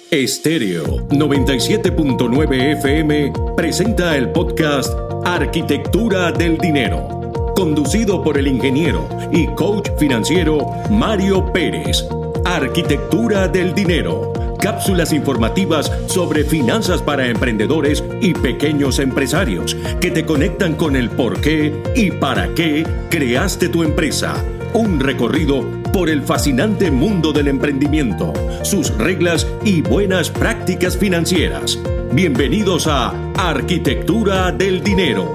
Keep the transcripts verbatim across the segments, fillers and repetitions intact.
Estéreo noventa y siete punto nueve F M presenta el podcast Arquitectura del Dinero, conducido por el ingeniero y coach financiero Mario Pérez. Arquitectura del Dinero, cápsulas informativas sobre finanzas para emprendedores y pequeños empresarios que te conectan con el por qué y para qué creaste tu empresa. Un recorrido por el fascinante mundo del emprendimiento, sus reglas y buenas prácticas financieras. Bienvenidos a Arquitectura del Dinero.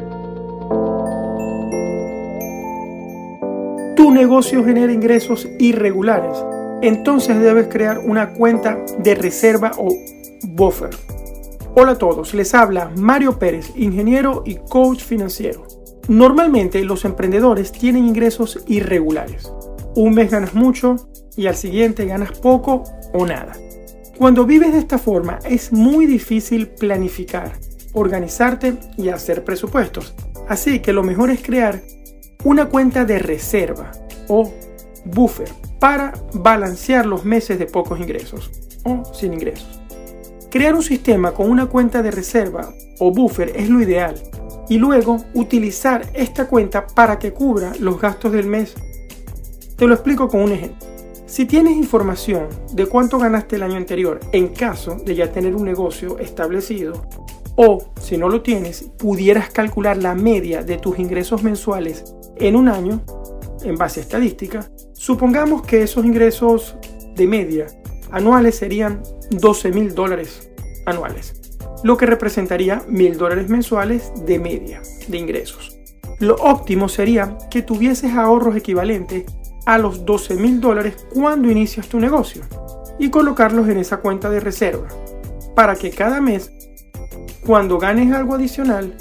Tu negocio genera ingresos irregulares, entonces debes crear una cuenta de reserva o buffer. Hola a todos, les habla Mario Pérez, ingeniero y coach financiero. Normalmente los emprendedores tienen ingresos irregulares. Un mes ganas mucho y al siguiente ganas poco o nada. Cuando vives de esta forma es muy difícil planificar, organizarte y hacer presupuestos. Así que lo mejor es crear una cuenta de reserva o buffer para balancear los meses de pocos ingresos o sin ingresos. Crear un sistema con una cuenta de reserva o buffer es lo ideal y luego utilizar esta cuenta para que cubra los gastos del mes. Te lo explico con un ejemplo. Si tienes información de cuánto ganaste el año anterior en caso de ya tener un negocio establecido, o si no lo tienes, pudieras calcular la media de tus ingresos mensuales en un año en base a estadística. Supongamos que esos ingresos de media anuales serían doce mil dólares anuales, lo que representaría mil dólares mensuales de media de ingresos. Lo óptimo sería que tuvieses ahorros equivalentes a los doce mil dólares cuando inicias tu negocio y colocarlos en esa cuenta de reserva para que cada mes, cuando ganes algo adicional,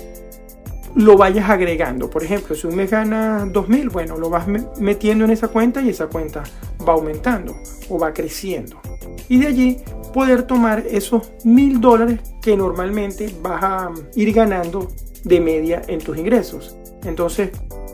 lo vayas agregando. Por ejemplo, si un mes ganas dos mil, bueno, lo vas metiendo en esa cuenta y esa cuenta va aumentando o va creciendo. Y de allí poder tomar esos mil dólares que normalmente vas a ir ganando de media en tus ingresos. Entonces,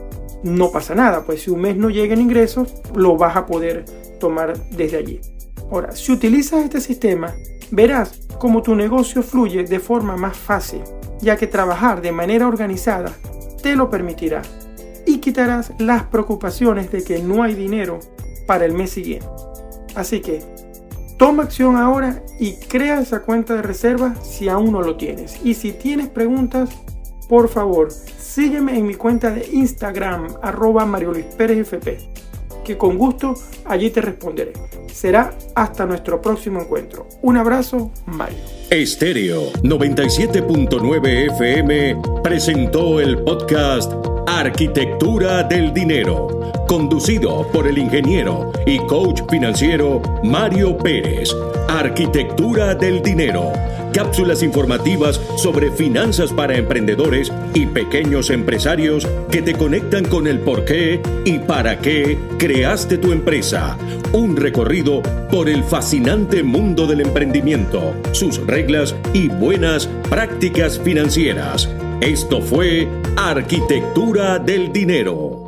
no pasa nada, pues si un mes no llegan ingresos, lo vas a poder tomar desde allí. Ahora, si utilizas este sistema, verás cómo tu negocio fluye de forma más fácil, ya que trabajar de manera organizada te lo permitirá y quitarás las preocupaciones de que no hay dinero para el mes siguiente. Así que toma acción ahora y crea esa cuenta de reserva si aún no lo tienes. Y si tienes preguntas, por favor, sígueme en mi cuenta de Instagram, arroba Mario Luis Pérez F P, que con gusto allí te responderé. Será hasta nuestro próximo encuentro. Un abrazo, Mario. Estéreo noventa y siete punto nueve F M presentó el podcast Arquitectura del Dinero, conducido por el ingeniero y coach financiero Mario Pérez. Arquitectura del Dinero, cápsulas informativas sobre finanzas para emprendedores y pequeños empresarios que te conectan con el por qué y para qué creaste tu empresa. Un recorrido por el fascinante mundo del emprendimiento, sus reglas y buenas prácticas financieras. Esto fue Arquitectura del Dinero.